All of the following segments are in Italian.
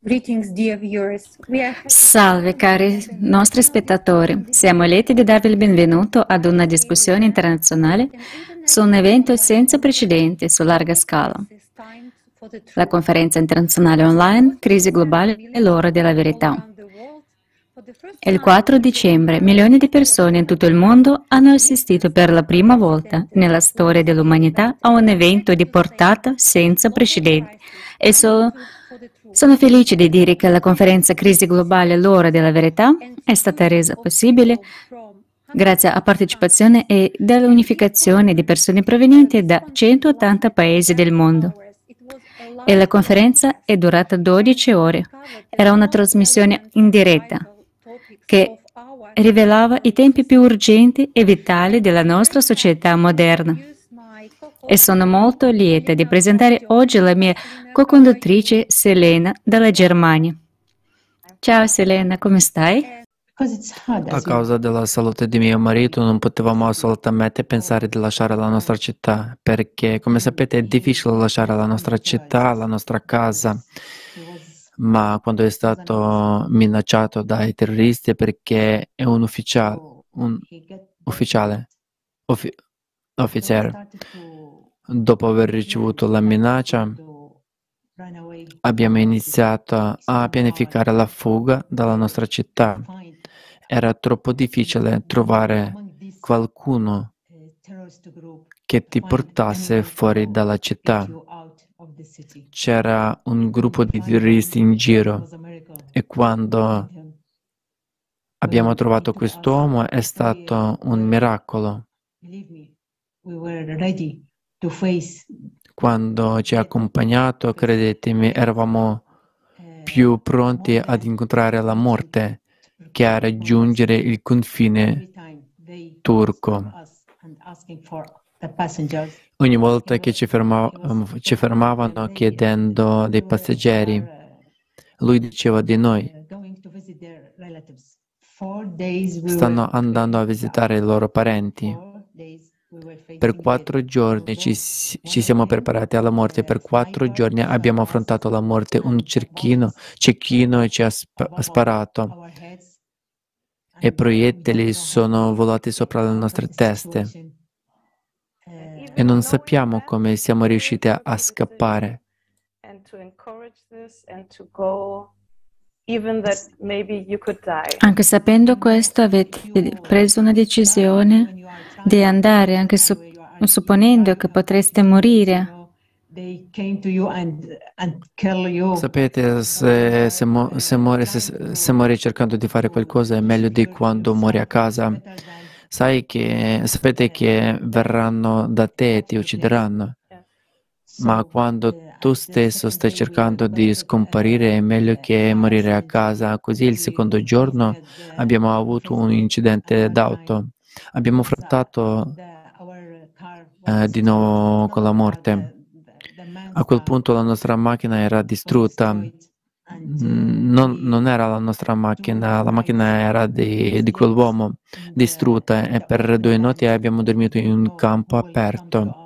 Greetings, dear viewers. Salve cari nostri spettatori, siamo lieti di darvi il benvenuto ad una discussione internazionale su un evento senza precedenti su larga scala, la conferenza internazionale online Crisi globale e l'ora della verità. Il 4 dicembre milioni di persone in tutto il mondo hanno assistito per la prima volta nella storia dell'umanità a un evento di portata senza precedenti e sono felice di dire che la conferenza Crisi globale l'ora della verità è stata resa possibile grazie a partecipazione e dall'unificazione di persone provenienti da 180 paesi del mondo. E la conferenza è durata 12 ore. Era una trasmissione in diretta che rivelava i tempi più urgenti e vitali della nostra società moderna. E sono molto lieta di presentare oggi la mia co-conduttrice Selena dalla Germania. Ciao Selena, come stai? A causa della salute di mio marito non potevamo assolutamente pensare di lasciare la nostra città, perché come sapete è difficile lasciare la nostra città, la nostra casa, ma quando è stato minacciato dai terroristi perché è un officer, dopo aver ricevuto la minaccia, abbiamo iniziato a pianificare la fuga dalla nostra città. Era troppo difficile trovare qualcuno che ti portasse fuori dalla città. C'era un gruppo di terroristi in giro e quando abbiamo trovato quest'uomo è stato un miracolo. Quando ci ha accompagnato, credetemi, eravamo più pronti ad incontrare la morte che a raggiungere il confine turco. Ogni volta che ci fermavano chiedendo dei passeggeri, lui diceva di noi: stanno andando a visitare i loro parenti. Per 4 giorni ci siamo preparati alla morte, per 4 giorni abbiamo affrontato la morte. Un cecchino ci ha sparato e proiettili sono volati sopra le nostre teste e non sappiamo come siamo riusciti a scappare. Anche sapendo questo, avete preso una decisione di andare, anche supponendo che potreste morire. Sapete, se muori cercando di fare qualcosa è meglio di quando muori a casa. Sapete che verranno da te e ti uccideranno. Ma quando tu stesso stai cercando di scomparire è meglio che morire a casa. Così il secondo giorno abbiamo avuto un incidente d'auto. Abbiamo affrontato di nuovo con la morte. A quel punto la nostra macchina era distrutta. Non era la nostra macchina, la macchina era di quell'uomo distrutta e per 2 notti abbiamo dormito in un campo aperto.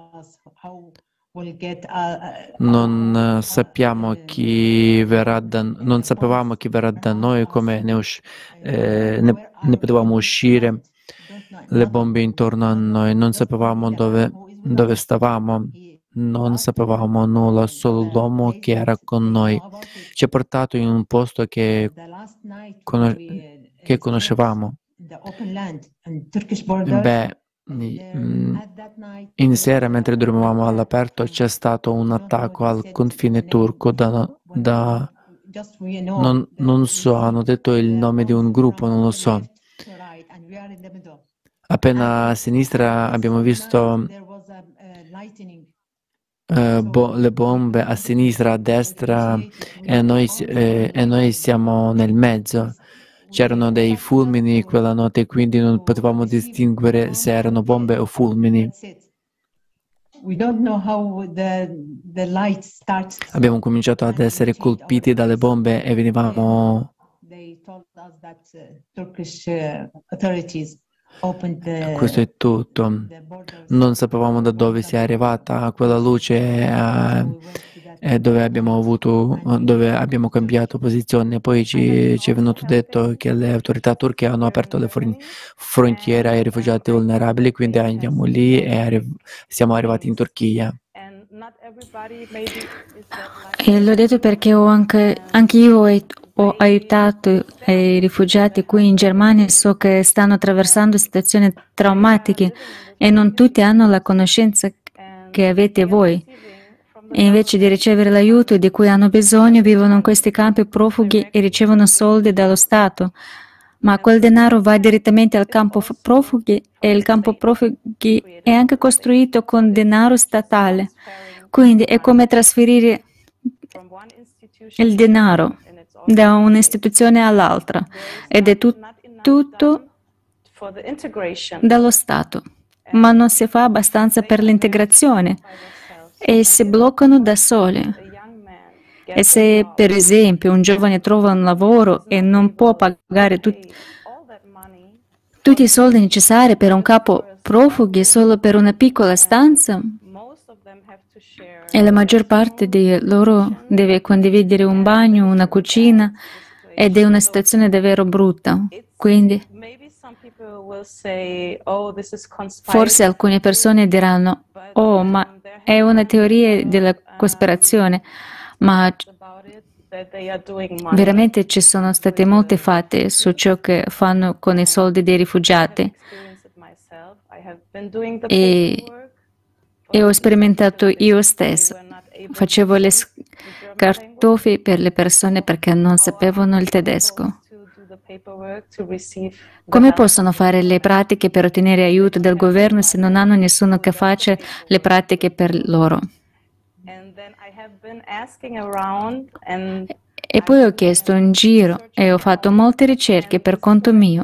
Non sapevamo chi verrà da noi, come ne potevamo uscire, le bombe intorno a noi, non sapevamo dove stavamo, non sapevamo nulla, solo l'uomo che era con noi ci ha portato in un posto che conoscevamo. In sera, mentre dormivamo all'aperto, c'è stato un attacco al confine turco non so, hanno detto il nome di un gruppo, non lo so. Appena a sinistra abbiamo visto le bombe, a sinistra, a destra e noi siamo nel mezzo. C'erano dei fulmini quella notte, quindi non potevamo distinguere se erano bombe o fulmini. Abbiamo cominciato ad essere colpiti dalle bombe e venivamo. Questo è tutto. Non sapevamo da dove sia arrivata quella luce dove abbiamo cambiato posizione. Poi ci è venuto detto che le autorità turche hanno aperto le frontiere ai rifugiati vulnerabili, quindi andiamo lì e siamo arrivati in Turchia. E l'ho detto perché anche io ho aiutato i rifugiati qui in Germania, so che stanno attraversando situazioni traumatiche e non tutti hanno la conoscenza che avete voi. E invece di ricevere l'aiuto di cui hanno bisogno, vivono in questi campi profughi e ricevono soldi dallo Stato. Ma quel denaro va direttamente al campo profughi e il campo profughi è anche costruito con denaro statale. Quindi è come trasferire il denaro da un'istituzione all'altra ed è tutto dallo Stato, ma non si fa abbastanza per l'integrazione e si bloccano da sole. E se per esempio un giovane trova un lavoro e non può pagare tutti i soldi necessari per un capo profughi solo per una piccola stanza, e la maggior parte di loro deve condividere un bagno, una cucina, ed è una situazione davvero brutta. Quindi, forse alcune persone diranno, oh, ma è una teoria della cospirazione, ma veramente ci sono state molte fatti su ciò che fanno con i soldi dei rifugiati. E ho sperimentato io stesso. Facevo le scartoffie per le persone perché non sapevano il tedesco. Come possono fare le pratiche per ottenere aiuto dal governo se non hanno nessuno che faccia le pratiche per loro? E poi ho chiesto in giro e ho fatto molte ricerche per conto mio.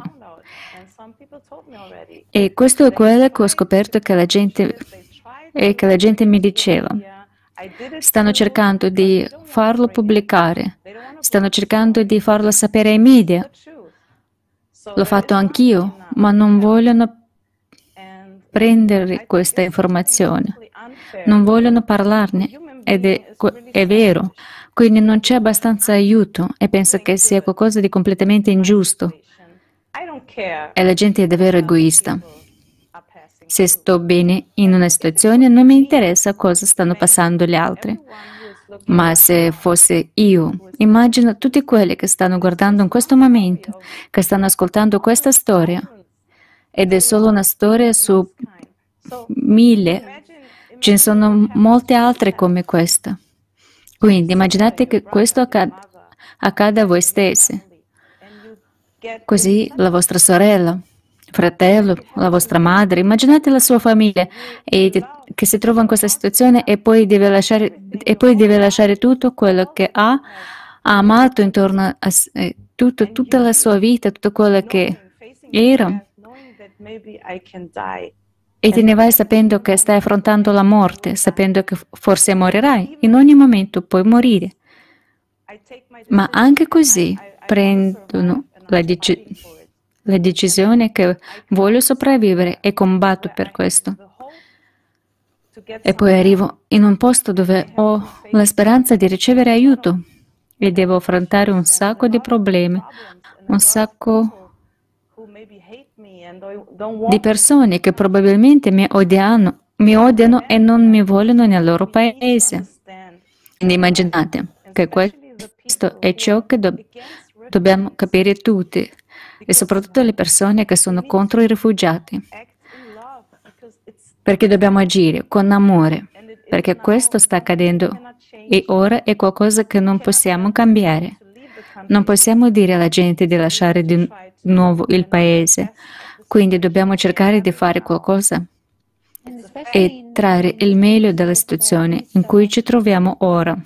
E questo è quello che ho scoperto che la gente mi diceva. Stanno cercando di farlo pubblicare, stanno cercando di farlo sapere ai media. L'ho fatto anch'io, ma non vogliono prendere questa informazione, non vogliono parlarne, ed è vero. Quindi non c'è abbastanza aiuto e penso che sia qualcosa di completamente ingiusto. E la gente è davvero egoista. Se sto bene in una situazione, non mi interessa cosa stanno passando gli altri. Ma se fosse io, immagino tutti quelli che stanno guardando in questo momento, che stanno ascoltando questa storia. Ed è solo una storia su 1000. Ce ne sono molte altre come questa. Quindi immaginate che questo accada a voi stessi. Così la vostra sorella, fratello, la vostra madre, immaginate la sua famiglia che si trova in questa situazione e poi deve lasciare tutto quello che ha amato intorno a tutta la sua vita, tutto quello che era. E te ne vai sapendo che stai affrontando la morte, sapendo che forse morirai. In ogni momento puoi morire. Ma anche così prendono la decisione che voglio sopravvivere e combatto per questo. E poi arrivo in un posto dove ho la speranza di ricevere aiuto e devo affrontare un sacco di problemi, un sacco di persone che probabilmente mi odiano e non mi vogliono nel loro paese. Quindi immaginate che questo è ciò che dobbiamo capire tutti, e soprattutto le persone che sono contro i rifugiati. Perché dobbiamo agire con amore, perché questo sta accadendo e ora è qualcosa che non possiamo cambiare. Non possiamo dire alla gente di lasciare di nuovo il paese, quindi dobbiamo cercare di fare qualcosa e trarre il meglio dalla situazione in cui ci troviamo ora.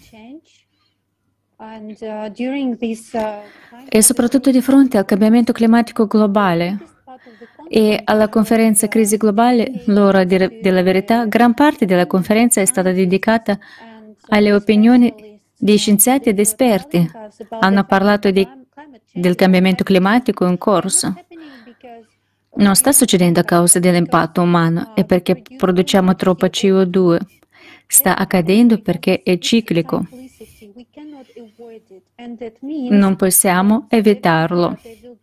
E soprattutto di fronte al cambiamento climatico globale e alla conferenza Crisi globale, l'ora della verità, gran parte della conferenza è stata dedicata alle opinioni di scienziati ed esperti. Hanno parlato del cambiamento climatico in corso. Non sta succedendo a causa dell'impatto umano, è perché produciamo troppa CO2. sta accadendo perché è ciclico. Non possiamo evitarlo.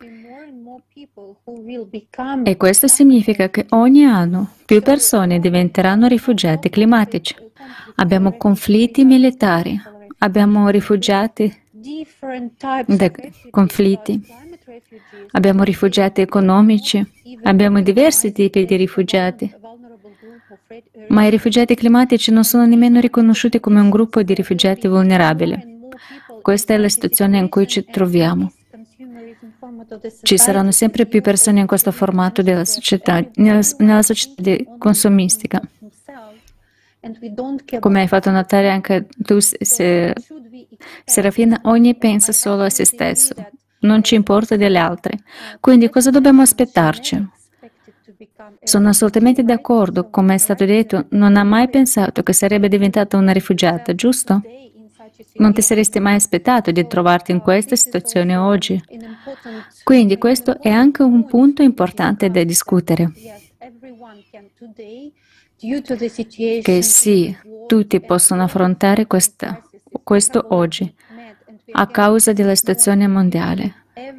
E questo significa che ogni anno più persone diventeranno rifugiati climatici. Abbiamo conflitti militari, abbiamo rifugiati da conflitti, abbiamo rifugiati economici, abbiamo diversi tipi di rifugiati. Ma i rifugiati climatici non sono nemmeno riconosciuti come un gruppo di rifugiati vulnerabili. Questa è la situazione in cui ci troviamo. Ci saranno sempre più persone in questo formato della società, nella società consumistica. Come hai fatto notare anche tu, Serafina, ogni pensa solo a se stesso, non ci importa delle altre. Quindi cosa dobbiamo aspettarci? Sono assolutamente d'accordo, come è stato detto, non ha mai pensato che sarebbe diventata una rifugiata, giusto? Non ti saresti mai aspettato di trovarti in questa situazione oggi. Quindi questo è anche un punto importante da discutere. Che sì, tutti possono affrontare questo oggi, a causa della situazione mondiale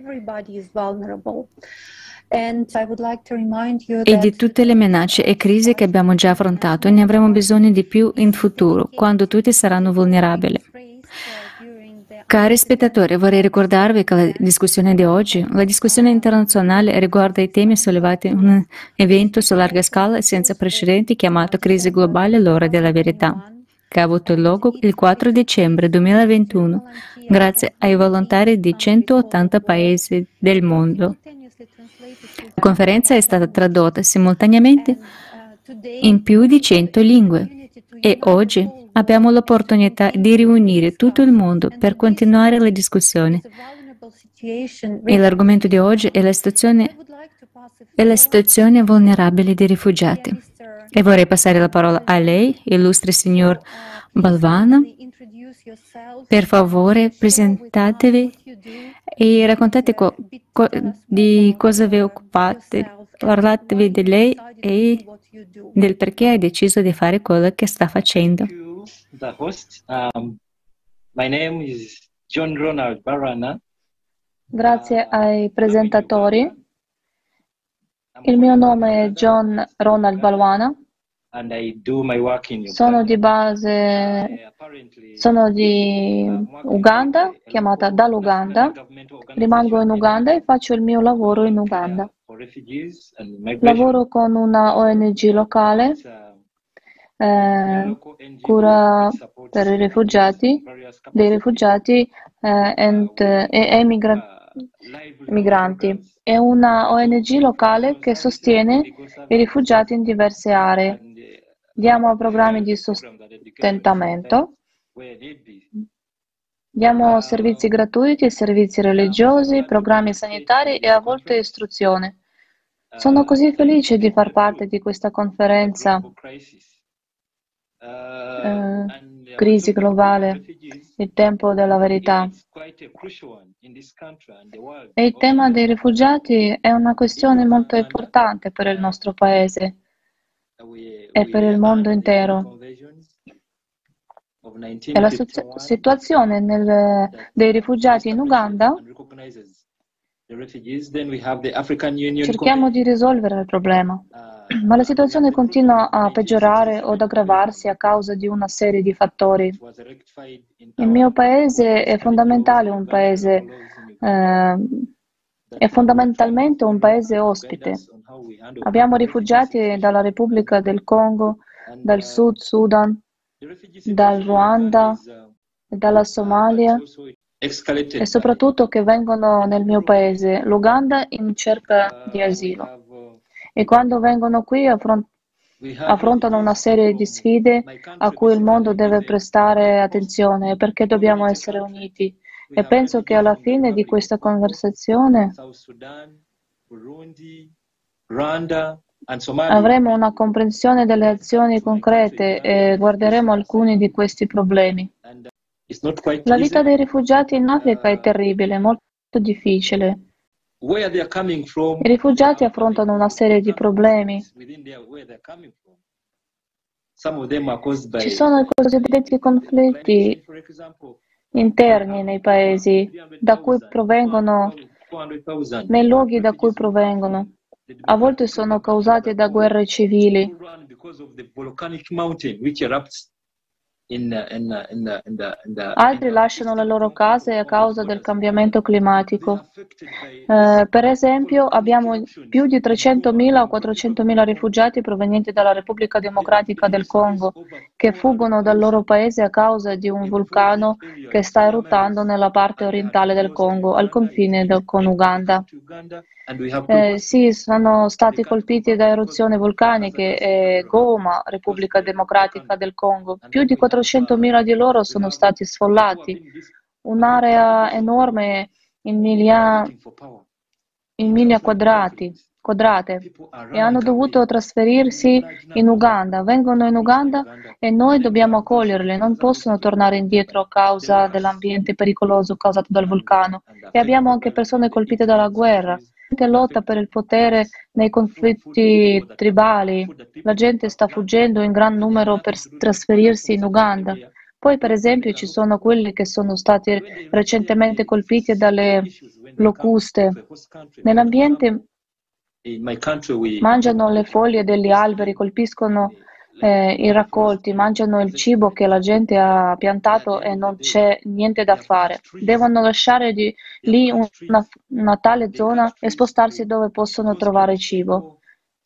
e di tutte le minacce e crisi che abbiamo già affrontato e ne avremo bisogno di più in futuro, quando tutti saranno vulnerabili. Cari spettatori, vorrei ricordarvi che la discussione di oggi, la discussione internazionale, riguarda i temi sollevati in un evento su larga scala e senza precedenti chiamato Crisi globale, l'ora della verità, che ha avuto luogo il 4 dicembre 2021, grazie ai volontari di 180 paesi del mondo. La conferenza è stata tradotta simultaneamente in più di 100 lingue e oggi abbiamo l'opportunità di riunire tutto il mondo per continuare la discussione. E l'argomento di oggi è la situazione vulnerabile dei rifugiati. E vorrei passare la parola a lei, illustre signor Balvana. Per favore, presentatevi e raccontate di cosa vi occupate. Parlatevi di lei e del perché hai deciso di fare quello che sta facendo. The host. My name is John Ronald Barana. Grazie ai presentatori. Il mio nome è John Ronald Balwana. And I do my work in Sono di Uganda, chiamata dall'Uganda. Rimango in Uganda e faccio il mio lavoro in Uganda. Lavoro con una ONG locale, cura per i rifugiati, e migranti. È una ONG locale che sostiene i rifugiati in diverse aree. Diamo programmi di sostentamento, diamo servizi gratuiti, servizi religiosi, programmi sanitari e a volte istruzione. Sono così felice di far parte di questa conferenza. Crisi globale, il tempo della verità. E il tema dei rifugiati è una questione molto importante per il nostro paese e per il mondo intero. E la situazione dei rifugiati in Uganda, cerchiamo di risolvere il problema, ma la situazione continua a peggiorare o ad aggravarsi a causa di una serie di fattori. Il mio paese è è fondamentalmente un paese ospite. Abbiamo rifugiati dalla Repubblica del Congo, dal Sud Sudan, dal Ruanda, dalla Somalia e soprattutto che vengono nel mio paese, l'Uganda, in cerca di asilo. E quando vengono qui affrontano una serie di sfide a cui il mondo deve prestare attenzione perché dobbiamo essere uniti. E penso che alla fine di questa conversazione avremo una comprensione delle azioni concrete e guarderemo alcuni di questi problemi. La vita dei rifugiati in Africa è terribile, molto difficile. I rifugiati affrontano una serie di problemi. Ci sono i cosiddetti conflitti interni nei paesi da cui provengono, nei luoghi da cui provengono. A volte sono causati da guerre civili. Altri lasciano le loro case a causa del cambiamento climatico. Per esempio, abbiamo più di 300.000 o 400.000 rifugiati provenienti dalla Repubblica Democratica del Congo che fuggono dal loro paese a causa di un vulcano che sta eruttando nella parte orientale del Congo, al confine con Uganda. Sì, sono stati colpiti da eruzioni vulcaniche, Goma, Repubblica Democratica del Congo. Più di 400.000 di loro sono stati sfollati, un'area enorme in miglia quadrate, e hanno dovuto trasferirsi in Uganda. Vengono in Uganda e noi dobbiamo accoglierli, non possono tornare indietro a causa dell'ambiente pericoloso causato dal vulcano. E abbiamo anche persone colpite dalla guerra. La gente lotta per il potere nei conflitti tribali. La gente sta fuggendo in gran numero per trasferirsi in Uganda. Poi, per esempio, ci sono quelli che sono stati recentemente colpiti dalle locuste. Nell'ambiente mangiano le foglie degli alberi, colpiscono i raccolti, mangiano il cibo che la gente ha piantato e non c'è niente da fare. Devono lasciare lì una tale zona e spostarsi dove possono trovare cibo.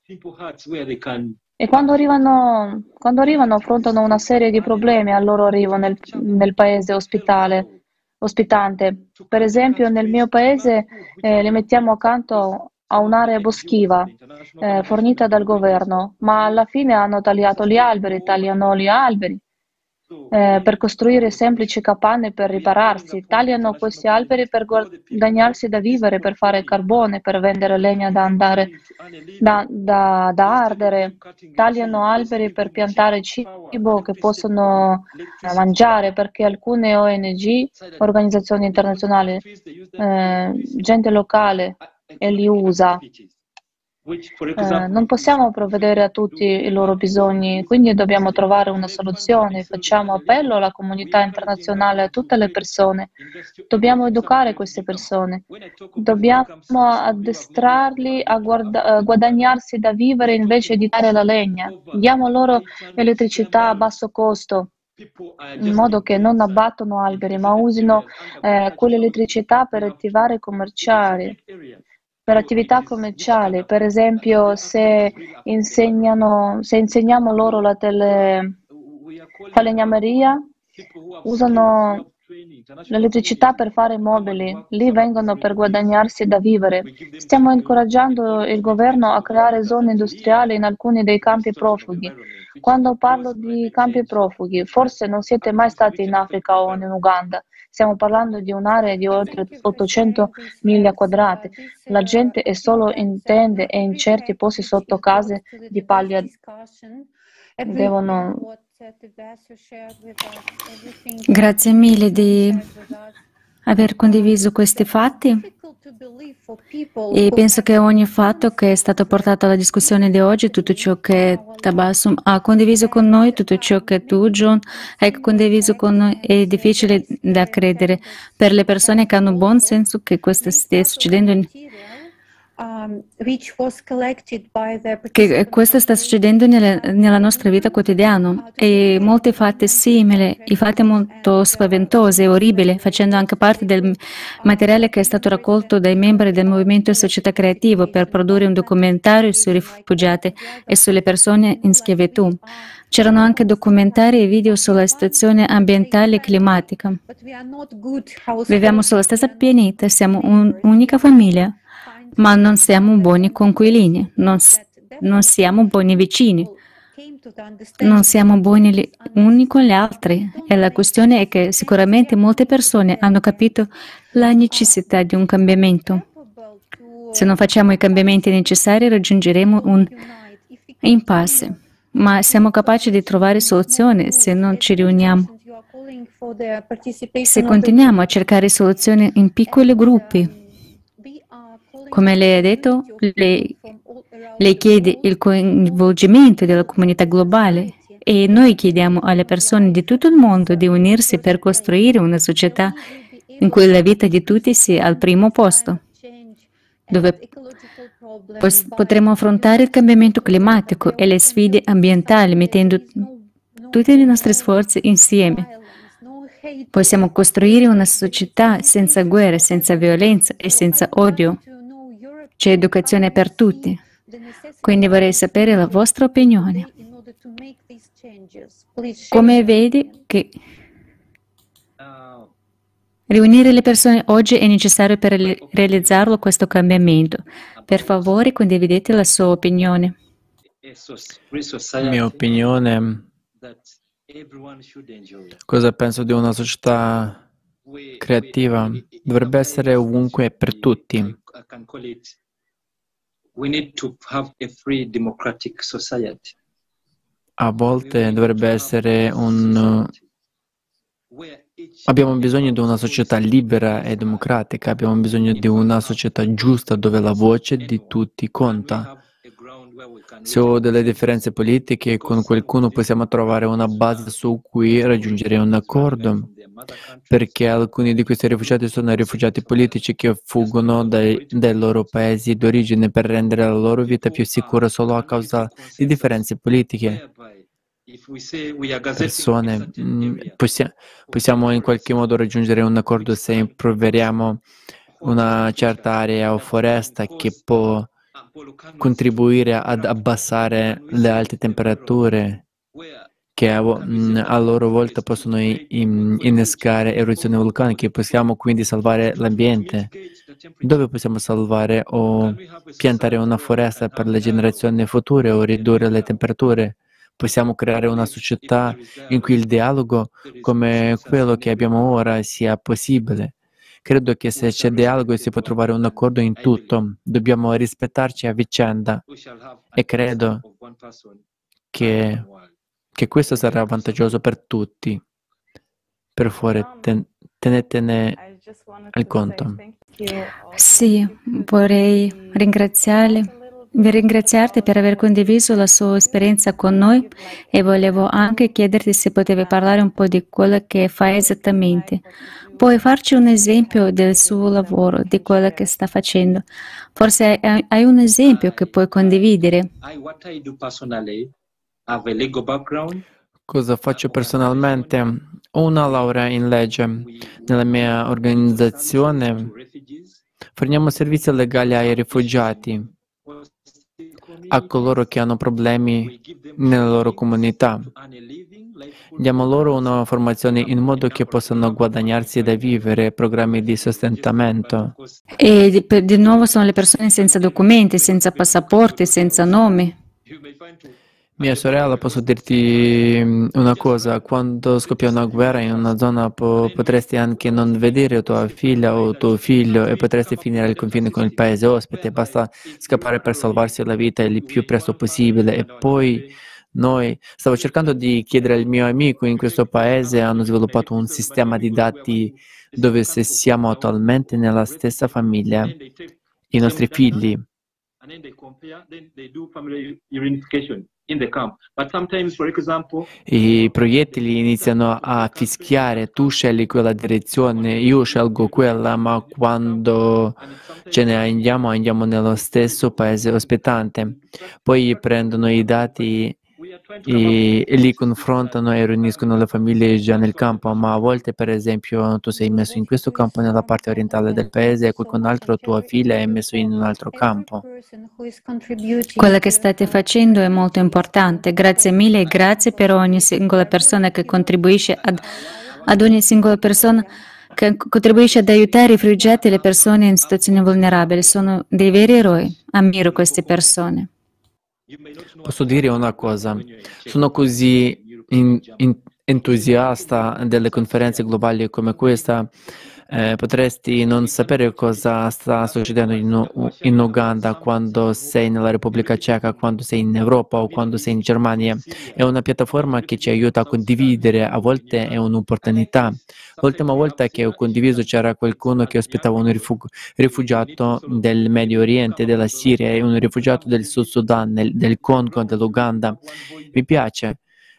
E quando arrivano affrontano una serie di problemi al loro arrivo nel paese ospitante. Per esempio, nel mio paese li mettiamo accanto a un'area boschiva fornita dal governo, ma alla fine hanno tagliano gli alberi per costruire semplici capanne per ripararsi, tagliano questi alberi per guadagnarsi da vivere, per fare carbone, per vendere legna da ardere, tagliano alberi per piantare cibo che possono mangiare, perché alcune ONG, organizzazioni internazionali, gente locale e li usa. Non possiamo provvedere a tutti i loro bisogni, quindi dobbiamo trovare una soluzione. Facciamo appello alla comunità internazionale, a tutte le persone. Dobbiamo educare queste persone. Dobbiamo addestrarli a guadagnarsi da vivere invece di dare la legna. Diamo loro elettricità a basso costo, in modo che non abbattono alberi, ma usino quell'elettricità per attività commerciali. Per esempio, se insegniamo loro la falegnameria, usano l'elettricità per fare mobili, lì vengono per guadagnarsi da vivere. Stiamo incoraggiando il governo a creare zone industriali in alcuni dei campi profughi. Quando parlo di campi profughi, forse non siete mai stati in Africa o in Uganda. Stiamo parlando di un'area di oltre 800 miglia quadrate. La gente è solo in tende e in certi posti sotto case di paglia. Grazie mille di aver condiviso questi fatti e penso che ogni fatto che è stato portato alla discussione di oggi, tutto ciò che Tabassum ha condiviso con noi, tutto ciò che tu, John, hai condiviso con noi, è difficile da credere per le persone che hanno buon senso che questo stia succedendo che questo sta succedendo nella nostra vita quotidiana e molti fatti simili, i fatti molto spaventosi e orribili, facendo anche parte del materiale che è stato raccolto dai membri del Movimento Società Creativo per produrre un documentario sui rifugiati e sulle persone in schiavitù. C'erano anche documentari e video sulla situazione ambientale e climatica. Viviamo sulla stessa pianeta, siamo un'unica famiglia, ma non siamo buoni coinquilini, non siamo buoni vicini, non siamo buoni gli uni con gli altri. E la questione è che sicuramente molte persone hanno capito la necessità di un cambiamento. Se non facciamo i cambiamenti necessari, raggiungeremo un impasse. Ma siamo capaci di trovare soluzioni se non ci riuniamo. Se continuiamo a cercare soluzioni in piccoli gruppi, come lei ha detto, lei chiede il coinvolgimento della comunità globale E noi chiediamo alle persone di tutto il mondo di unirsi per costruire una società in cui la vita di tutti sia al primo posto, dove potremo affrontare il cambiamento climatico e le sfide ambientali mettendo tutti i nostri sforzi insieme. Possiamo costruire una società senza guerre, senza violenza e senza odio. C'è educazione per tutti. Quindi vorrei sapere la vostra opinione. Come vedi che riunire le persone oggi è necessario per realizzarlo questo cambiamento? Per favore, condividete la sua opinione. La mia opinione, cosa penso di una società creativa? Dovrebbe essere ovunque e per tutti. A volte dovrebbe essere Abbiamo bisogno di una società libera e democratica, abbiamo bisogno di una società giusta dove la voce di tutti conta. Se ho delle differenze politiche con qualcuno possiamo trovare una base su cui raggiungere un accordo, perché alcuni di questi rifugiati sono rifugiati politici che fuggono dai loro paesi d'origine per rendere la loro vita più sicura solo a causa di differenze politiche. Persone, possiamo in qualche modo raggiungere un accordo se improvveriamo una certa area o foresta che può contribuire ad abbassare le alte temperature che a loro volta possono innescare eruzioni vulcaniche. Possiamo quindi salvare l'ambiente. Dove possiamo salvare o piantare una foresta per le generazioni future o ridurre le temperature? Possiamo creare una società in cui il dialogo, come quello che abbiamo ora, sia possibile. Credo che se c'è dialogo si può trovare un accordo in tutto. Dobbiamo rispettarci a vicenda e credo che questo sarà vantaggioso per tutti. Per favore, tenetene al conto. Sì, vorrei ringraziarti per aver condiviso la sua esperienza con noi e volevo anche chiederti se potevi parlare un po' di quello che fa esattamente. Puoi farci un esempio del suo lavoro, di quello che sta facendo? Forse hai un esempio che puoi condividere? Cosa faccio personalmente? Ho una laurea in legge. Nella mia organizzazione forniamo servizi legali ai rifugiati, a coloro che hanno problemi nella loro comunità. Diamo loro una formazione in modo che possano guadagnarsi da vivere, programmi di sostentamento. E di nuovo sono le persone senza documenti, senza passaporti, senza nomi. Mia sorella, posso dirti una cosa, quando scoppia una guerra in una zona potresti anche non vedere tua figlia o tuo figlio e potresti finire al confine con il paese ospite, basta scappare per salvarsi la vita il più presto possibile. E poi stavo cercando di chiedere al mio amico in questo paese, hanno sviluppato un sistema di dati dove se siamo attualmente nella stessa famiglia, i nostri figli, i proiettili iniziano a fischiare, tu scegli quella direzione, io scelgo quella, ma quando ce ne andiamo nello stesso paese ospitante. Poi prendono i dati e li confrontano e riuniscono le famiglie già nel campo, ma a volte, per esempio, tu sei messo in questo campo nella parte orientale del paese e qualcun altro, tua figlia, è messo in un altro campo. Quello che state facendo è molto importante. Grazie mille e grazie per ogni singola persona che contribuisce ad ogni singola persona che contribuisce ad aiutare i rifugiati e le persone in situazioni vulnerabili. Sono dei veri eroi. Ammiro queste persone. Posso dire una cosa, sono così entusiasta delle conferenze globali come questa, potresti non sapere cosa sta succedendo in Uganda quando sei nella Repubblica Ceca, quando sei in Europa o quando sei in Germania. È una piattaforma che ci aiuta a condividere, a volte è un'opportunità. L'ultima volta che ho condiviso c'era qualcuno che ospitava un rifugiato del Medio Oriente, della Siria e un rifugiato del Sud Sudan, del Congo, dell'Uganda. Mi piace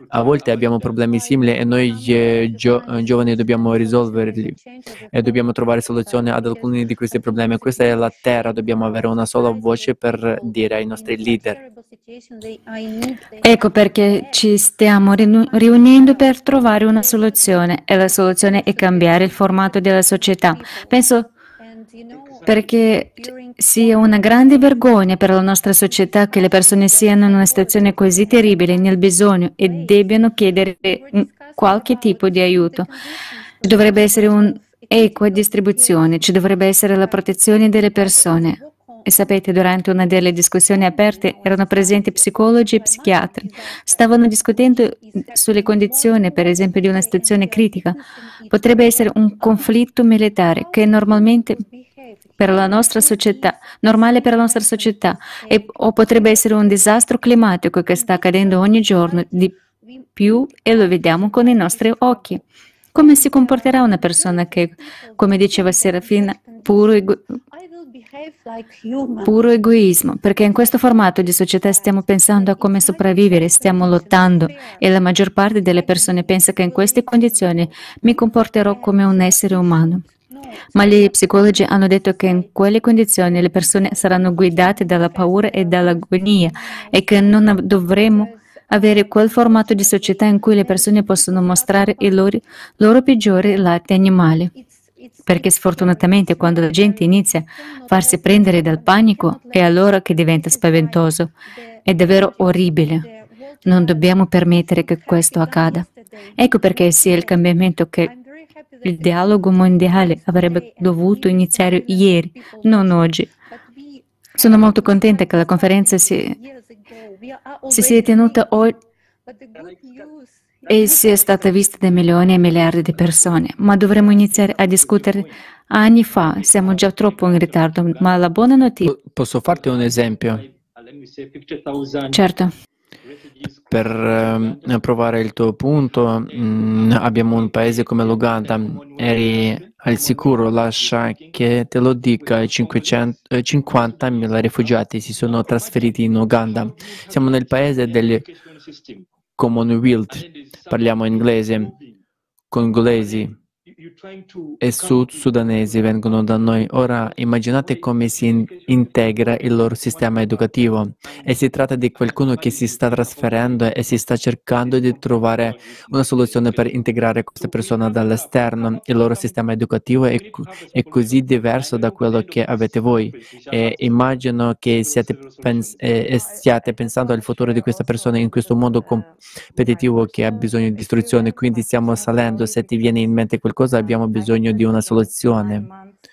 A volte abbiamo problemi simili e noi giovani dobbiamo risolverli e dobbiamo trovare soluzioni ad alcuni di questi problemi. Questa è la terra, dobbiamo avere una sola voce per dire ai nostri leader. Ecco perché ci stiamo riunendo per trovare una soluzione e la soluzione è cambiare il formato della società. Penso perché sia una grande vergogna per la nostra società che le persone siano in una situazione così terribile, nel bisogno e debbano chiedere qualche tipo di aiuto. Ci dovrebbe essere un'equa distribuzione, ci dovrebbe essere la protezione delle persone. E sapete, durante una delle discussioni aperte erano presenti psicologi e psichiatri. Stavano discutendo sulle condizioni, per esempio, di una situazione critica. Potrebbe essere un conflitto militare che normalmente per la nostra società, normale per la nostra società, o potrebbe essere un disastro climatico che sta accadendo ogni giorno di più e lo vediamo con i nostri occhi. Come si comporterà una persona che, come diceva Serafina, puro egoismo, perché in questo formato di società stiamo pensando a come sopravvivere, stiamo lottando e la maggior parte delle persone pensa che in queste condizioni mi comporterò come un essere umano. Ma gli psicologi hanno detto che in quelle condizioni le persone saranno guidate dalla paura e dall'agonia e che non dovremo avere quel formato di società in cui le persone possono mostrare i loro peggiori lati animali. Perché sfortunatamente quando la gente inizia a farsi prendere dal panico è allora che diventa spaventoso. È davvero orribile. Non dobbiamo permettere che questo accada. Ecco perché sia il cambiamento che il dialogo mondiale avrebbe dovuto iniziare ieri, non oggi. Sono molto contenta che la conferenza si sia tenuta oggi e sia stata vista da milioni e miliardi di persone, ma dovremmo iniziare a discutere anni fa. Siamo già troppo in ritardo, ma la buona notizia... Posso farti un esempio? Certo. Per provare il tuo punto, abbiamo un paese come l'Uganda. Eri al sicuro, lascia che te lo dica, 50.000 rifugiati si sono trasferiti in Uganda. Siamo nel paese del Commonwealth, parliamo inglese, congolesi e sud-sudanesi vengono da noi. Ora immaginate come si integra il loro sistema educativo e si tratta di qualcuno che si sta trasferendo e si sta cercando di trovare una soluzione per integrare queste persone dall'esterno. Il loro sistema educativo è così diverso da quello che avete voi e immagino che stiate pensando al futuro di queste persone in questo mondo competitivo che ha bisogno di istruzione, quindi stiamo salendo. Se ti viene in mente qualcosa, abbiamo bisogno di una soluzione.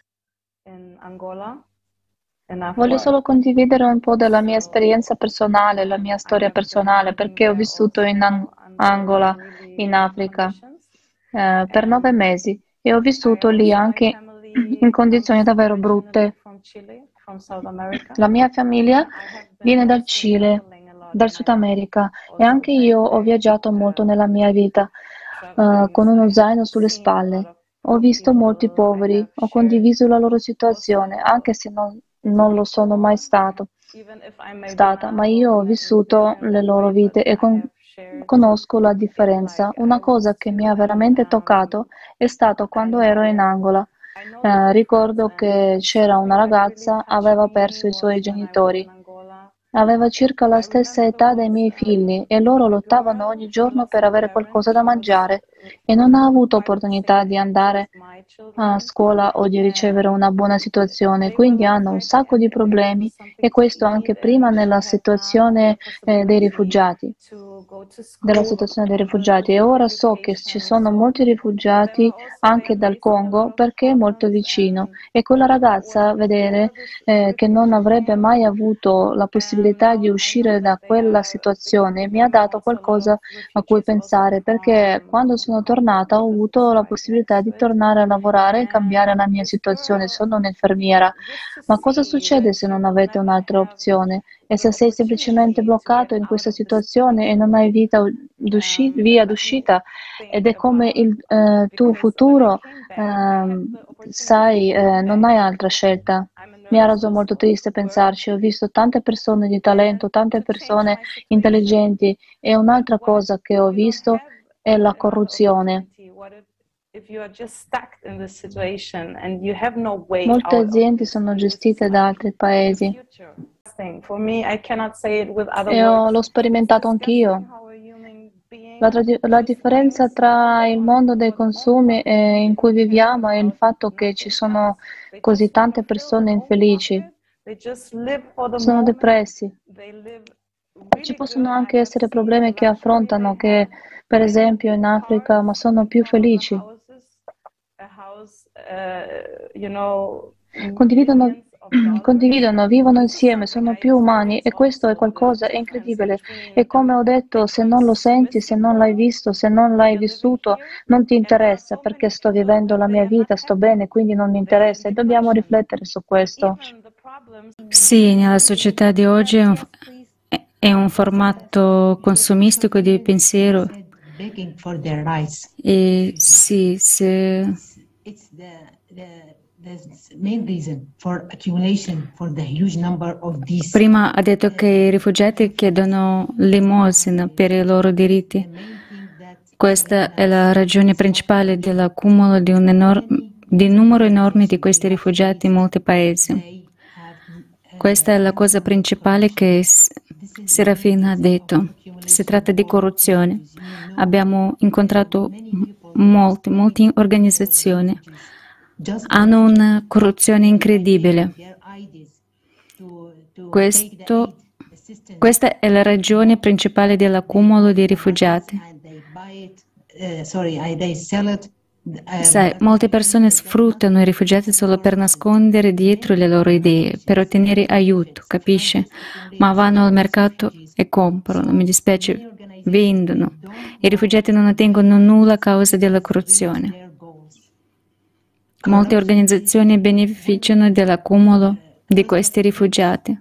Voglio solo condividere un po' della mia esperienza personale, la mia storia personale, perché ho vissuto in Angola, in Africa, per 9 mesi e ho vissuto lì anche in condizioni davvero brutte. La mia famiglia viene dal Cile, dal Sud America e anche io ho viaggiato molto nella mia vita con uno zaino sulle spalle. Ho visto molti poveri, ho condiviso la loro situazione, anche se non lo sono mai stata, ma io ho vissuto le loro vite e conosco la differenza. Una cosa che mi ha veramente toccato è stato quando ero in Angola. Ricordo che c'era una ragazza, aveva perso i suoi genitori. Aveva circa la stessa età dei miei figli e loro lottavano ogni giorno per avere qualcosa da mangiare e non ha avuto opportunità di andare a scuola o di ricevere una buona situazione, quindi hanno un sacco di problemi e questo anche prima nella situazione dei rifugiati, e ora so che ci sono molti rifugiati anche dal Congo perché è molto vicino e quella ragazza vedere che non avrebbe mai avuto la possibilità di uscire da quella situazione mi ha dato qualcosa a cui pensare, perché quando sono tornata ho avuto la possibilità di tornare a lavorare e cambiare la mia situazione. Sono un'infermiera, ma cosa succede se non avete un'altra opzione? E se sei semplicemente bloccato in questa situazione e non hai via d'uscita ed è come il tuo futuro, sai, non hai altra scelta. Mi ha reso molto triste pensarci. Ho visto tante persone di talento, tante persone intelligenti e un'altra cosa che ho visto è la corruzione. Molte aziende sono gestite da altri paesi e l'ho sperimentato anch'io. La differenza tra il mondo dei consumi in cui viviamo è il fatto che ci sono così tante persone infelici, sono depressi. Ci possono anche essere problemi che affrontano, che per esempio in Africa, ma sono più felici. Condividono, vivono insieme, sono più umani e questo è qualcosa, è incredibile. E come ho detto, se non lo senti, se non l'hai visto, se non l'hai vissuto, non ti interessa perché sto vivendo la mia vita, sto bene, quindi non mi interessa e dobbiamo riflettere su questo. Sì, nella società di oggi è un formato consumistico di pensiero. E sì, se prima ha detto che i rifugiati chiedono l'elemosina per i loro diritti. Questa è la ragione principale dell'accumulo di numero enorme di questi rifugiati in molti paesi. Questa è la cosa principale che Serafina ha detto. Si tratta di corruzione. Abbiamo incontrato molte organizzazioni. Hanno una corruzione incredibile. Questa è la ragione principale dell'accumulo di rifugiati. Sai, molte persone sfruttano i rifugiati solo per nascondere dietro le loro idee, per ottenere aiuto, capisci? Ma vanno al mercato e comprano, mi dispiace, vendono. I rifugiati non ottengono nulla a causa della corruzione. Molte organizzazioni beneficiano dell'accumulo di questi rifugiati.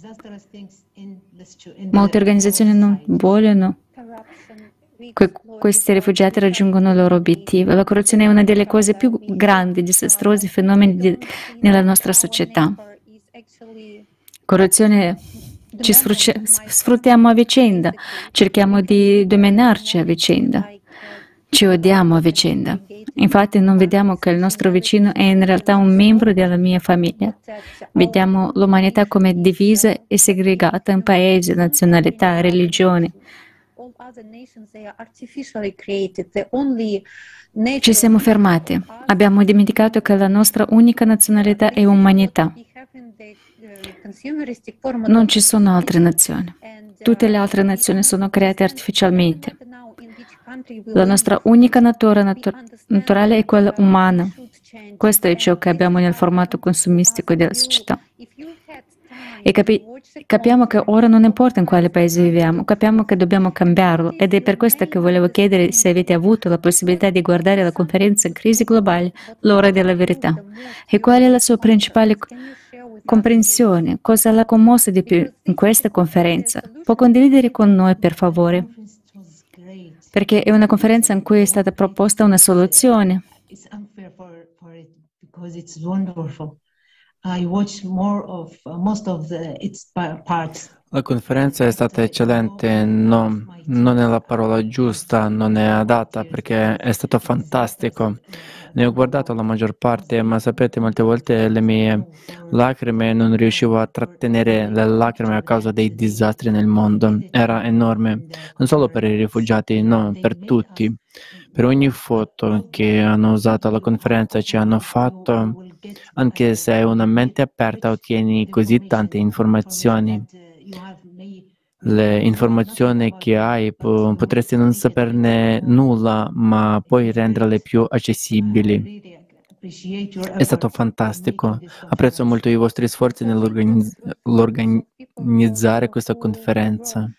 Molte organizzazioni non vogliono che questi rifugiati raggiungano il loro obiettivo. La corruzione è una delle cose più grandi, disastrose fenomeni nella nostra società. Corruzione, ci sfruttiamo a vicenda, cerchiamo di dominarci a vicenda, ci odiamo a vicenda. Infatti non vediamo che il nostro vicino è in realtà un membro della mia famiglia. Vediamo l'umanità come divisa e segregata in paesi, nazionalità, religioni. Ci siamo fermati. Abbiamo dimenticato che la nostra unica nazionalità è umanità. Non ci sono altre nazioni. Tutte le altre nazioni sono create artificialmente. La nostra unica natura naturale è quella umana. Questo è ciò che abbiamo nel formato consumistico della società. E capiamo che ora non importa in quale paese viviamo, capiamo che dobbiamo cambiarlo ed è per questo che volevo chiedere se avete avuto la possibilità di guardare la conferenza Crisi globale, l'ora della verità. E qual è la sua principale comprensione? Cosa l'ha commossa di più in questa conferenza? Può condividere con noi, per favore? Perché è una conferenza in cui è stata proposta una soluzione. La conferenza è stata eccellente, no, non è la parola giusta, non è adatta perché è stato fantastico. Ne ho guardato la maggior parte, ma sapete, molte volte le mie lacrime non riuscivo a trattenere le lacrime a causa dei disastri nel mondo. Era enorme, non solo per i rifugiati, no, per tutti. Per ogni foto che hanno usato alla conferenza ci hanno fatto, anche se hai una mente aperta ottieni così tante informazioni. Le informazioni che hai potresti non saperne nulla, ma puoi renderle più accessibili. È stato fantastico. Apprezzo molto i vostri sforzi nell'organizzare questa conferenza.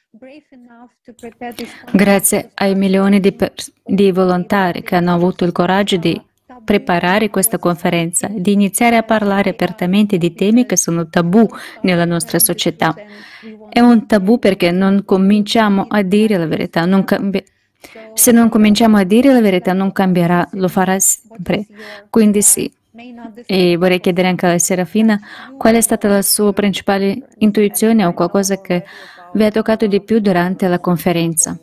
Grazie ai milioni di volontari che hanno avuto il coraggio di preparare questa conferenza, di iniziare a parlare apertamente di temi che sono tabù nella nostra società. È un tabù perché non cominciamo a dire la verità. Se non cominciamo a dire la verità non cambierà, lo farà sempre. Quindi sì, E vorrei chiedere anche alla Serafina qual è stata la sua principale intuizione o qualcosa che vi ha toccato di più durante la conferenza.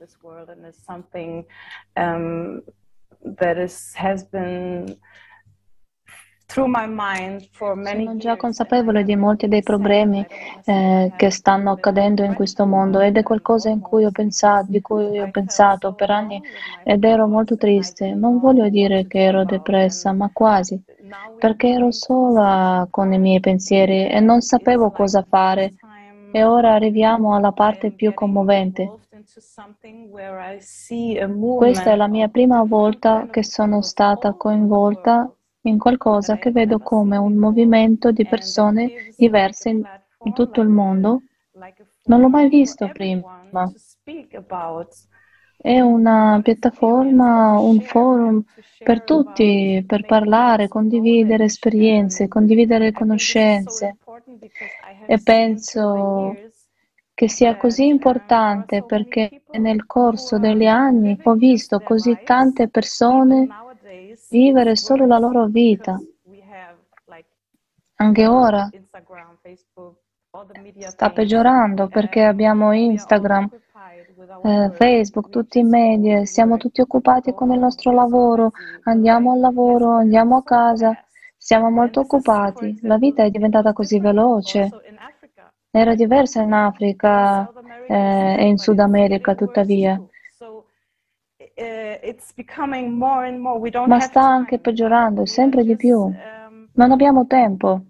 Sono già consapevole di molti dei problemi che stanno accadendo in questo mondo ed è qualcosa di cui ho pensato per anni ed ero molto triste. Non voglio dire che ero depressa, ma quasi, perché ero sola con i miei pensieri e non sapevo cosa fare. E ora arriviamo alla parte più commovente. Questa è la mia prima volta che sono stata coinvolta in qualcosa che vedo come un movimento di persone diverse in tutto il mondo. Non l'ho mai visto prima. È una piattaforma, un forum per tutti, per parlare, condividere esperienze, condividere conoscenze. E penso che sia così importante perché nel corso degli anni ho visto così tante persone vivere solo la loro vita. Anche ora sta peggiorando perché abbiamo Instagram, Facebook, tutti i media, siamo tutti occupati con il nostro lavoro, andiamo al lavoro, andiamo a casa, siamo molto occupati. La vita è diventata così veloce. Era diversa in Africa e in Sud America, tuttavia. Ma sta anche peggiorando, sempre di più. Non abbiamo tempo.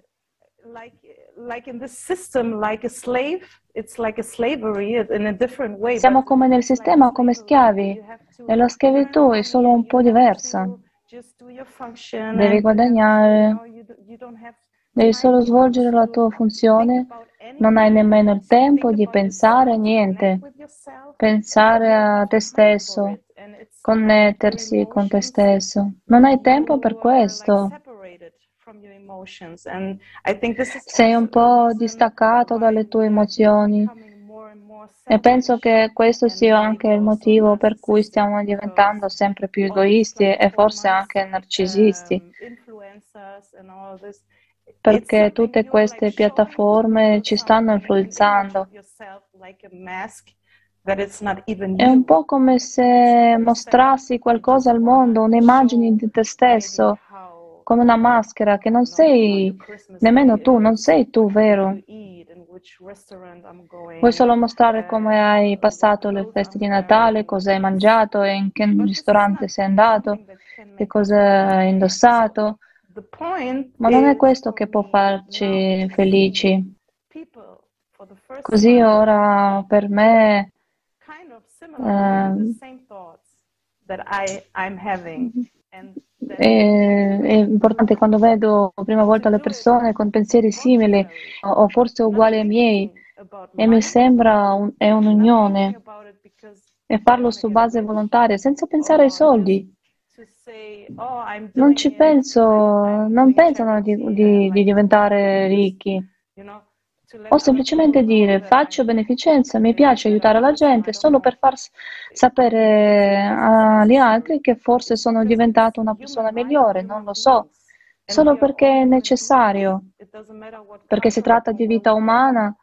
Siamo come nel sistema, come schiavi, e la schiavitù è solo un po' diversa. Devi guadagnare, devi solo svolgere la tua funzione, non hai nemmeno il tempo di pensare a niente, pensare a te stesso, connettersi con te stesso. Non hai tempo per questo. Sei un po' distaccato dalle tue emozioni e penso che questo sia anche il motivo per cui stiamo diventando sempre più egoisti e forse anche narcisisti, perché tutte queste piattaforme ci stanno influenzando. È un po' come se mostrassi qualcosa al mondo, un'immagine di te stesso, come una maschera che non sei nemmeno tu, non sei tu, vero? Vuoi solo mostrare come hai passato le feste di Natale, cosa hai mangiato, e in che ristorante sei andato, che cosa hai indossato, ma non è questo che può farci felici. Così ora per me è importante quando vedo la prima volta le persone con pensieri simili o forse uguali ai miei e mi sembra è un'unione e farlo su base volontaria senza pensare ai soldi. Non ci penso, non pensano di diventare ricchi. O semplicemente dire faccio beneficenza, mi piace aiutare la gente solo per far sapere agli altri che forse sono diventata una persona migliore, non lo so, solo perché è necessario, perché si tratta di vita umana.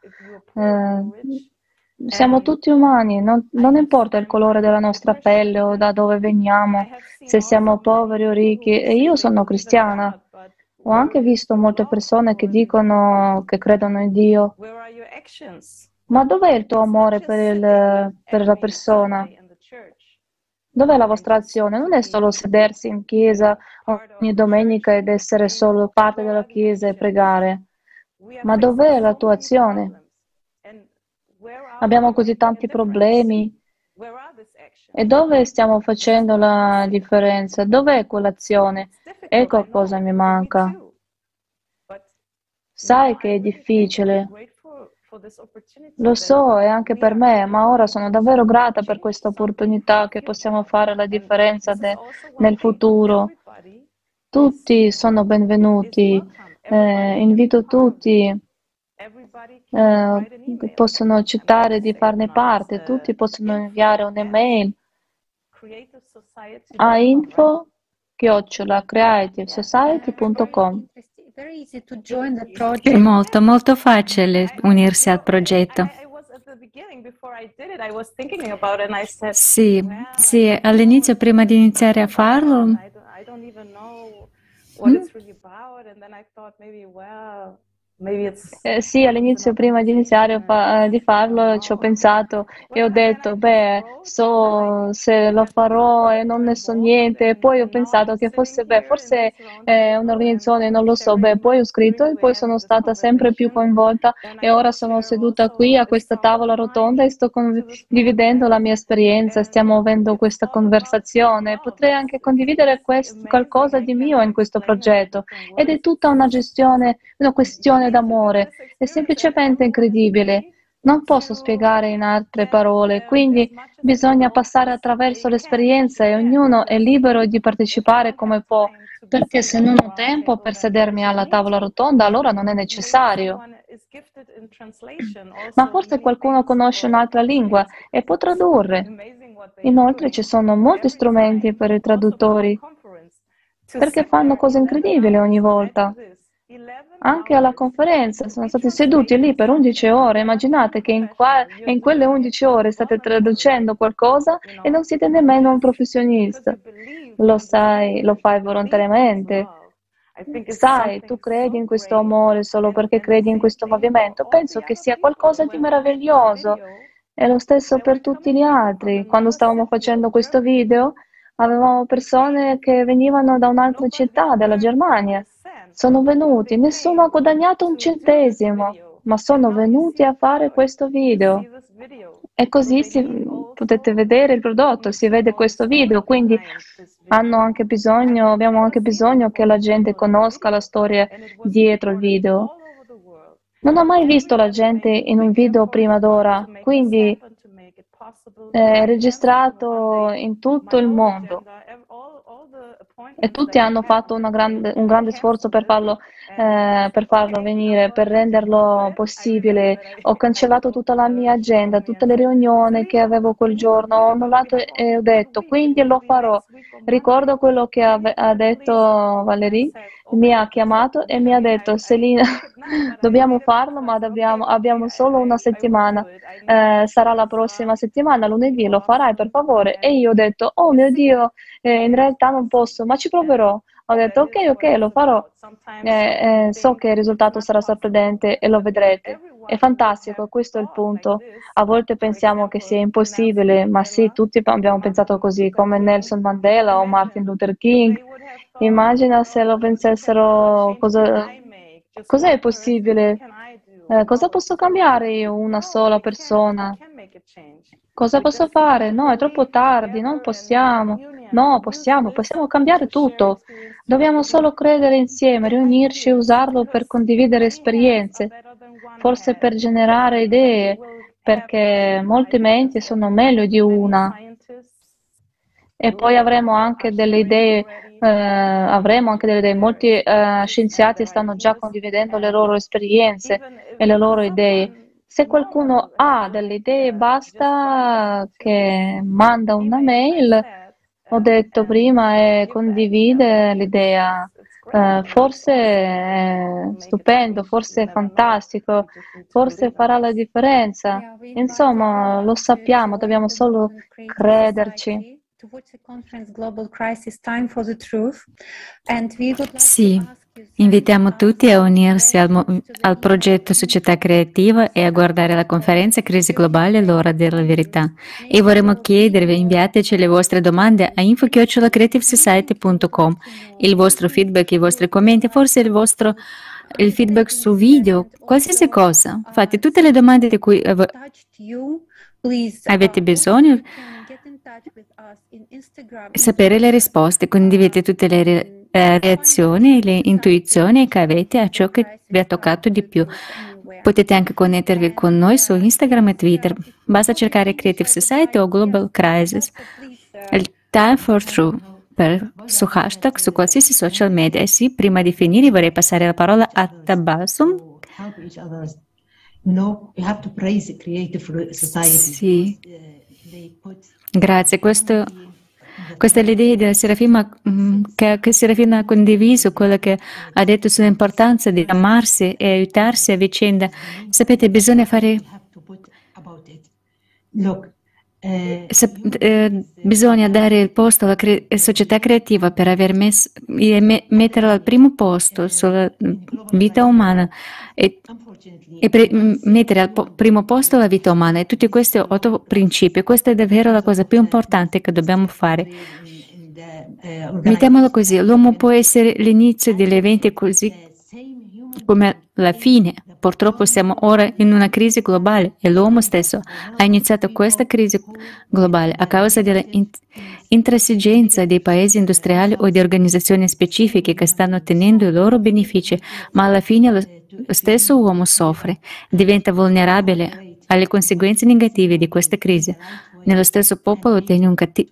Siamo tutti umani, non importa il colore della nostra pelle o da dove veniamo, se siamo poveri o ricchi. E io sono cristiana. Ho anche visto molte persone che dicono che credono in Dio. Ma dov'è il tuo amore per la persona? Dov'è la vostra azione? Non è solo sedersi in chiesa ogni domenica ed essere solo parte della chiesa e pregare. Ma dov'è la tua azione? Abbiamo così tanti problemi. E dove stiamo facendo la differenza? Dov'è quell'azione? Ecco cosa mi manca. Sai che è difficile. Lo so, è anche per me, ma ora sono davvero grata per questa opportunità che possiamo fare la differenza nel futuro. Tutti sono benvenuti. Invito tutti. Possono accettare di farne parte, tutti possono inviare un'email a info creativesociety.com. È molto, molto facile unirsi al progetto. Sì, sì, all'inizio, prima di iniziare a farlo, Sì, all'inizio, prima di iniziare di farlo, ci ho pensato e ho detto, beh, so se lo farò e non ne so niente. E poi ho pensato che fosse, beh, forse è un'organizzazione, non lo so. Beh, poi ho scritto e poi sono stata sempre più coinvolta e ora sono seduta qui a questa tavola rotonda e sto condividendo la mia esperienza, stiamo avendo questa conversazione. Potrei anche condividere qualcosa di mio in questo progetto ed è tutta una questione d'amore, è semplicemente incredibile. Non posso spiegare in altre parole, quindi bisogna passare attraverso l'esperienza e ognuno è libero di partecipare come può, perché se non ho tempo per sedermi alla tavola rotonda, allora non è necessario. Ma forse qualcuno conosce un'altra lingua e può tradurre. Inoltre ci sono molti strumenti per i traduttori, perché fanno cose incredibili ogni volta. Anche alla conferenza sono stati seduti lì per 11 ore. Immaginate che in quelle 11 ore state traducendo qualcosa e non siete nemmeno un professionista. Lo sai, lo fai volontariamente. Sai, tu credi in questo amore solo perché credi in questo movimento. Penso che sia qualcosa di meraviglioso. È lo stesso per tutti gli altri. Quando stavamo facendo questo video, avevamo persone che venivano da un'altra città della Germania. Sono venuti, nessuno ha guadagnato un centesimo, ma sono venuti a fare questo video. E così potete vedere il prodotto, si vede questo video, quindi abbiamo anche bisogno che la gente conosca la storia dietro il video. Non ho mai visto la gente in un video prima d'ora, quindi è registrato in tutto il mondo e tutti hanno fatto un grande sforzo per farlo venire, per renderlo possibile. Ho cancellato tutta la mia agenda, tutte le riunioni che avevo quel giorno, ho annullato e ho detto, quindi lo farò. Ricordo quello che ha detto Valerie, mi ha chiamato e mi ha detto, Selina, dobbiamo farlo, ma abbiamo solo una settimana. Sarà la prossima settimana, lunedì, lo farai per favore? E io ho detto, oh mio Dio, in realtà non posso, ma ci proverò. Ho detto, ok, lo farò. So che il risultato sarà sorprendente e lo vedrete. È fantastico, questo è il punto. A volte pensiamo che sia impossibile, ma sì, tutti abbiamo pensato così, come Nelson Mandela o Martin Luther King. Immagina se lo pensassero, cos'è possibile? Cosa posso cambiare io, una sola persona? Cosa posso fare? No, è troppo tardi, non possiamo. No, possiamo cambiare tutto. Dobbiamo solo credere insieme, riunirci e usarlo per condividere esperienze, forse per generare idee, perché molte menti sono meglio di una. E poi avremo anche delle idee. Molti scienziati stanno già condividendo le loro esperienze e le loro idee. Se qualcuno ha delle idee, basta che manda una mail, ho detto prima, e condivide l'idea. Forse è stupendo, forse è fantastico, forse farà la differenza. Insomma, lo sappiamo, dobbiamo solo crederci. Sì, invitiamo tutti a unirsi al progetto Società Creativa e a guardare la conferenza Crisi Globale, l'ora della verità. E vorremmo chiedervi, inviateci le vostre domande a info@creativesociety.com, il vostro feedback, i vostri commenti, forse il feedback su video, qualsiasi cosa. Fate tutte le domande di cui avete bisogno. Sapere le risposte, condividete tutte le reazioni, le intuizioni che avete a ciò che vi ha toccato di più. Potete anche connettervi con noi su Instagram e Twitter. Basta cercare Creative Society o Global Crisis. Il Time for True su hashtag su qualsiasi social media. E sì, prima di finire vorrei passare la parola a Tabassum. Sì. Grazie, questo Questa è l'idea della Serafima, che Serafina ha condiviso, quella che ha detto sull'importanza di amarsi e aiutarsi a vicenda. Sapete, bisogna fare... bisogna dare il posto alla società creativa per metterla al primo posto sulla vita umana e mettere al primo posto la vita umana e tutti questi 8 principi. Questa è davvero la cosa più importante che dobbiamo fare. Mettiamolo così, l'uomo può essere l'inizio degli eventi così come la fine. Purtroppo siamo ora in una crisi globale e l'uomo stesso ha iniziato questa crisi globale a causa della intransigenza dei paesi industriali o di organizzazioni specifiche che stanno ottenendo i loro benefici, ma alla fine lo stesso uomo soffre, diventa vulnerabile alle conseguenze negative di questa crisi. Lo stesso popolo ottiene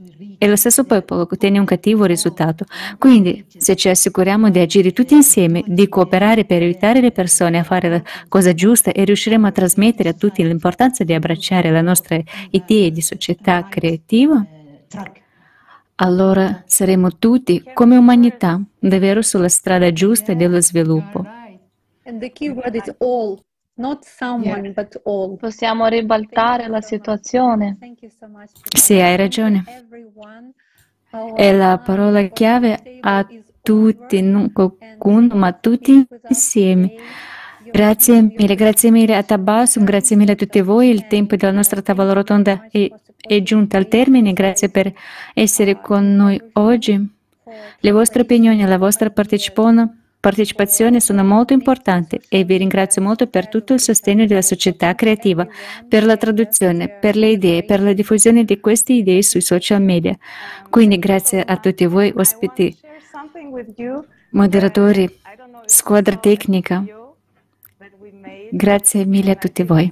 un cattivo risultato. Quindi, se ci assicuriamo di agire tutti insieme, di cooperare per aiutare le persone a fare la cosa giusta e riusciremo a trasmettere a tutti l'importanza di abbracciare la nostra idea di società creativa, allora saremo tutti, come umanità, davvero sulla strada giusta dello sviluppo. Possiamo ribaltare la situazione. Sì, hai ragione. E la parola chiave a tutti, non qualcuno, ma tutti insieme. Grazie mille a Tabassum, grazie mille a tutti voi. Il tempo della nostra tavola rotonda è giunto al termine. Grazie per essere con noi oggi. Le vostre opinioni e la vostra partecipazione sono molto importanti e vi ringrazio molto per tutto il sostegno della società creativa, per la traduzione, per le idee, per la diffusione di queste idee sui social media. Quindi grazie a tutti voi ospiti, moderatori, squadra tecnica. Grazie mille a tutti voi.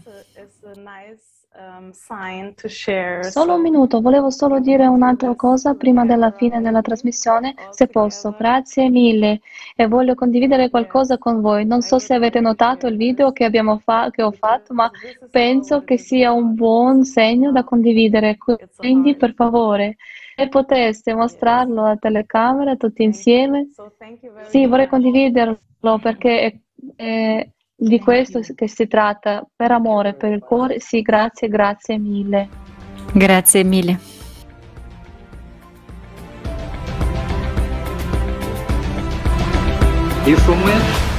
Solo un minuto, volevo solo dire un'altra cosa prima della fine della trasmissione, se posso. Grazie mille e voglio condividere qualcosa con voi. Non so se avete notato il video che ho fatto, ma penso che sia un buon segno da condividere. Quindi, per favore, se poteste mostrarlo alla telecamera tutti insieme. Sì, vorrei condividerlo perché è di questo che si tratta, per amore, per il cuore. Sì, grazie mille. Grazie mille. You from where?